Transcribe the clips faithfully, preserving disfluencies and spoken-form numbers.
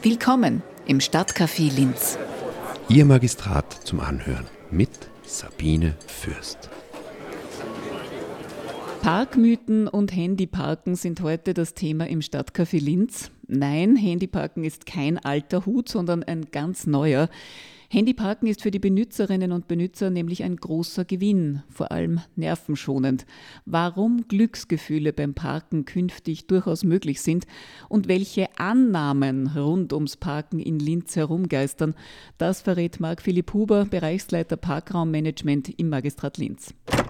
Willkommen im Stadtcafé Linz. Ihr Magistrat zum Anhören mit Sabine Fürst. Parkmythen und Handyparken sind heute das Thema im Stadtcafé Linz. Nein, Handyparken ist kein alter Hut, sondern ein ganz neuer. Handyparken ist für die Benützerinnen und Benutzer nämlich ein großer Gewinn, vor allem nervenschonend. Warum Glücksgefühle beim Parken künftig durchaus möglich sind und welche Annahmen rund ums Parken in Linz herumgeistern, das verrät Marc-Philipp Huber, Bereichsleiter Parkraummanagement im Magistrat Linz.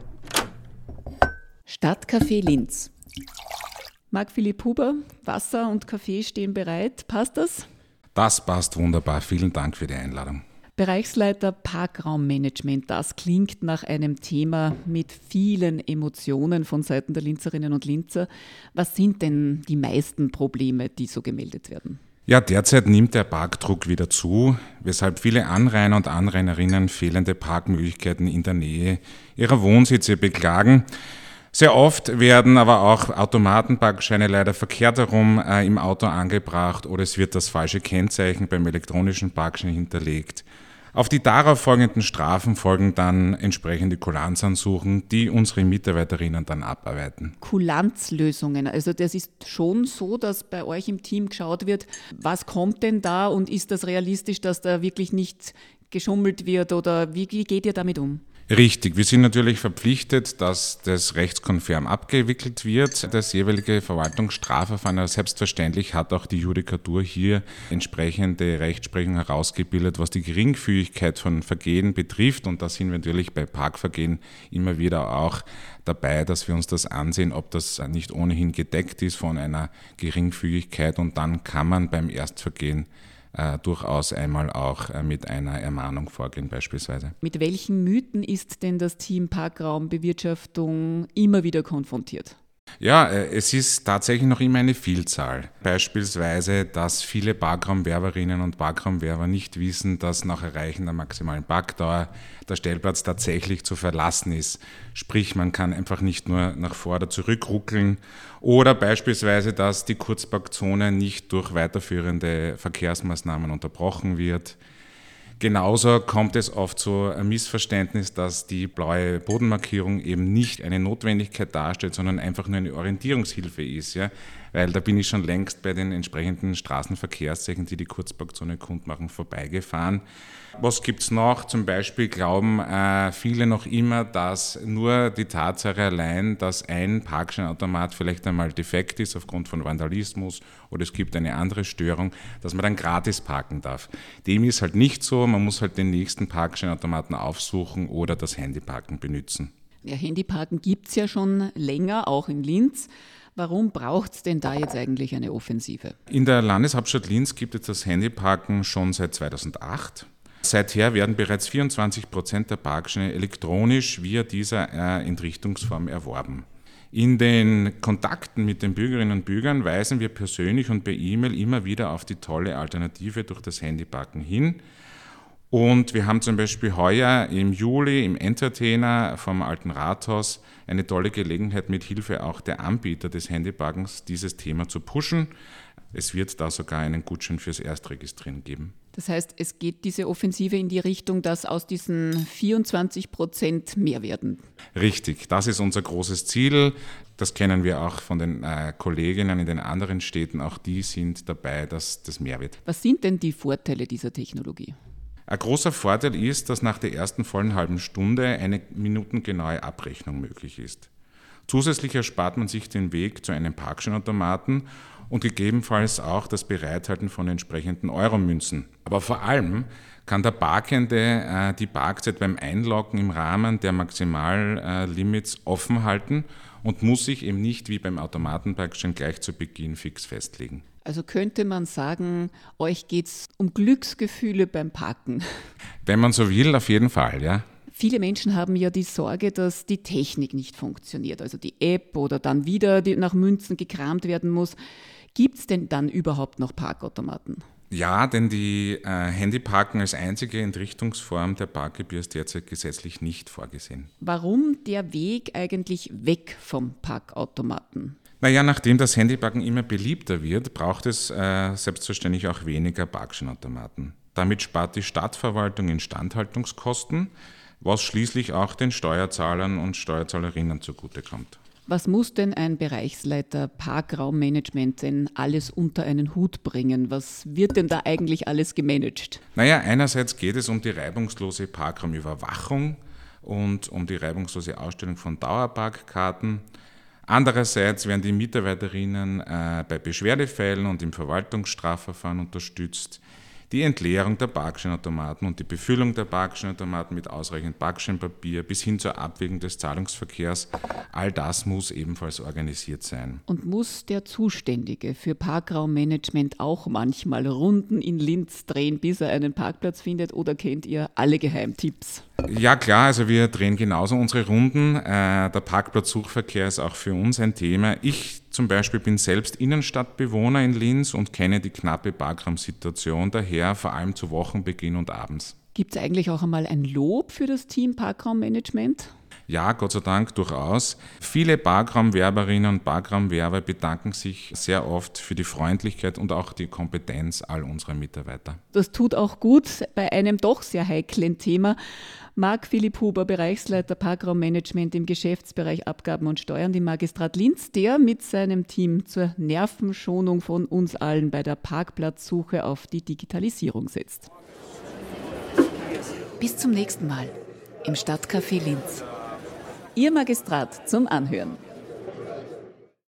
Stadtcafé Linz. Marc-Philipp Huber, Wasser und Kaffee stehen bereit. Passt das? Das passt wunderbar. Vielen Dank für die Einladung. Bereichsleiter Parkraummanagement, das klingt nach einem Thema mit vielen Emotionen von Seiten der Linzerinnen und Linzer. Was sind denn die meisten Probleme, die so gemeldet werden? Ja, derzeit nimmt der Parkdruck wieder zu, weshalb viele Anrainer und Anrainerinnen fehlende Parkmöglichkeiten in der Nähe ihrer Wohnsitze beklagen. Sehr oft werden aber auch Automatenparkscheine leider verkehrt herum äh, im Auto angebracht oder es wird das falsche Kennzeichen beim elektronischen Parkschein hinterlegt. Auf die darauf folgenden Strafen folgen dann entsprechende Kulanzansuchen, die unsere Mitarbeiterinnen dann abarbeiten. Kulanzlösungen, also das ist schon so, dass bei euch im Team geschaut wird, was kommt denn da und ist das realistisch, dass da wirklich nicht geschummelt wird oder wie, wie geht ihr damit um? Richtig, wir sind natürlich verpflichtet, dass das rechtskonform abgewickelt wird, das jeweilige Verwaltungsstrafverfahren. Aber selbstverständlich hat auch die Judikatur hier entsprechende Rechtsprechung herausgebildet, was die Geringfügigkeit von Vergehen betrifft. Und da sind wir natürlich bei Parkvergehen immer wieder auch dabei, dass wir uns das ansehen, ob das nicht ohnehin gedeckt ist von einer Geringfügigkeit. Und dann kann man beim Erstvergehen Äh, durchaus einmal auch äh, mit einer Ermahnung vorgehen beispielsweise. Mit welchen Mythen ist denn das Team Parkraumbewirtschaftung immer wieder konfrontiert? Ja, äh, es ist tatsächlich noch immer eine Vielzahl. Beispielsweise, dass viele Parkraumwerberinnen und Parkraumwerber nicht wissen, dass nach Erreichen der maximalen Parkdauer der Stellplatz tatsächlich zu verlassen ist. Sprich, man kann einfach nicht nur nach vor oder zurück ruckeln. Oder beispielsweise, dass die Kurzparkzone nicht durch weiterführende Verkehrsmaßnahmen unterbrochen wird. Genauso kommt es oft zu einem Missverständnis, dass die blaue Bodenmarkierung eben nicht eine Notwendigkeit darstellt, sondern einfach nur eine Orientierungshilfe ist. Ja? Weil da bin ich schon längst bei den entsprechenden Straßenverkehrszeichen, die die Kurzparkzone kund machen, vorbeigefahren. Was gibt es noch? Zum Beispiel glauben äh, viele noch immer, dass nur die Tatsache allein, dass ein Parkscheinautomat vielleicht einmal defekt ist aufgrund von Vandalismus oder es gibt eine andere Störung, dass man dann gratis parken darf. Dem ist halt nicht so, man muss halt den nächsten Parkscheinautomaten aufsuchen oder das Handyparken benutzen. Ja, Handyparken gibt es ja schon länger, auch in Linz. Warum braucht es denn da jetzt eigentlich eine Offensive? In der Landeshauptstadt Linz gibt es das Handyparken schon seit zweitausendacht. Seither werden bereits vierundzwanzig Prozent der Parkscheine elektronisch via dieser äh, Entrichtungsform erworben. In den Kontakten mit den Bürgerinnen und Bürgern weisen wir persönlich und per E-Mail immer wieder auf die tolle Alternative durch das Handyparken hin. Und wir haben zum Beispiel heuer im Juli im Entertainer vom Alten Rathaus eine tolle Gelegenheit, mit Hilfe auch der Anbieter des Handyparkens dieses Thema zu pushen. Es wird da sogar einen Gutschein fürs Erstregistrieren geben. Das heißt, es geht diese Offensive in die Richtung, dass aus diesen vierundzwanzig Prozent mehr werden. Richtig, das ist unser großes Ziel. Das kennen wir auch von den äh, Kolleginnen in den anderen Städten. Auch die sind dabei, dass das mehr wird. Was sind denn die Vorteile dieser Technologie? Ein großer Vorteil ist, dass nach der ersten vollen halben Stunde eine minutengenaue Abrechnung möglich ist. Zusätzlich erspart man sich den Weg zu einem Parkscheinautomaten und gegebenenfalls auch das Bereithalten von entsprechenden Euromünzen. Aber vor allem kann der Parkende äh, die Parkzeit beim Einloggen im Rahmen der Maximallimits offen halten und muss sich eben nicht wie beim Automatenparkschein gleich zu Beginn fix festlegen. Also könnte man sagen, euch geht es um Glücksgefühle beim Parken. Wenn man so will, auf jeden Fall, ja. Viele Menschen haben ja die Sorge, dass die Technik nicht funktioniert, also die App oder dann wieder die nach Münzen gekramt werden muss. Gibt es denn dann überhaupt noch Parkautomaten? Ja, denn die äh, Handyparken als einzige Entrichtungsform der Parkgebühr ist derzeit gesetzlich nicht vorgesehen. Warum der Weg eigentlich weg vom Parkautomaten? Naja, nachdem das Handyparken immer beliebter wird, braucht es äh, selbstverständlich auch weniger Parkscheinautomaten. Damit spart die Stadtverwaltung Instandhaltungskosten, was schließlich auch den Steuerzahlern und Steuerzahlerinnen zugutekommt. Was muss denn ein Bereichsleiter Parkraummanagement denn alles unter einen Hut bringen? Was wird denn da eigentlich alles gemanagt? Naja, einerseits geht es um die reibungslose Parkraumüberwachung und um die reibungslose Ausstellung von Dauerparkkarten. Andererseits werden die Mitarbeiterinnen äh, bei Beschwerdefällen und im Verwaltungsstrafverfahren unterstützt. Die Entleerung der Parkscheinautomaten und die Befüllung der Parkscheinautomaten mit ausreichend Parkscheinpapier bis hin zur Abwägung des Zahlungsverkehrs, all das muss ebenfalls organisiert sein. Und muss der Zuständige für Parkraummanagement auch manchmal Runden in Linz drehen, bis er einen Parkplatz findet, oder kennt ihr alle Geheimtipps? Ja klar, also wir drehen genauso unsere Runden. Äh, der Parkplatzsuchverkehr ist auch für uns ein Thema. Ich zum Beispiel bin selbst Innenstadtbewohner in Linz und kenne die knappe Parkraumsituation daher, vor allem zu Wochenbeginn und abends. Gibt es eigentlich auch einmal ein Lob für das Team Parkraummanagement? Ja, Gott sei Dank durchaus. Viele Parkraumwerberinnen und Parkraumwerber bedanken sich sehr oft für die Freundlichkeit und auch die Kompetenz all unserer Mitarbeiter. Das tut auch gut bei einem doch sehr heiklen Thema. Marc Philipp Huber, Bereichsleiter Parkraummanagement im Geschäftsbereich Abgaben und Steuern im Magistrat Linz, der mit seinem Team zur Nervenschonung von uns allen bei der Parkplatzsuche auf die Digitalisierung setzt. Bis zum nächsten Mal im Stadtcafé Linz. Ihr Magistrat zum Anhören.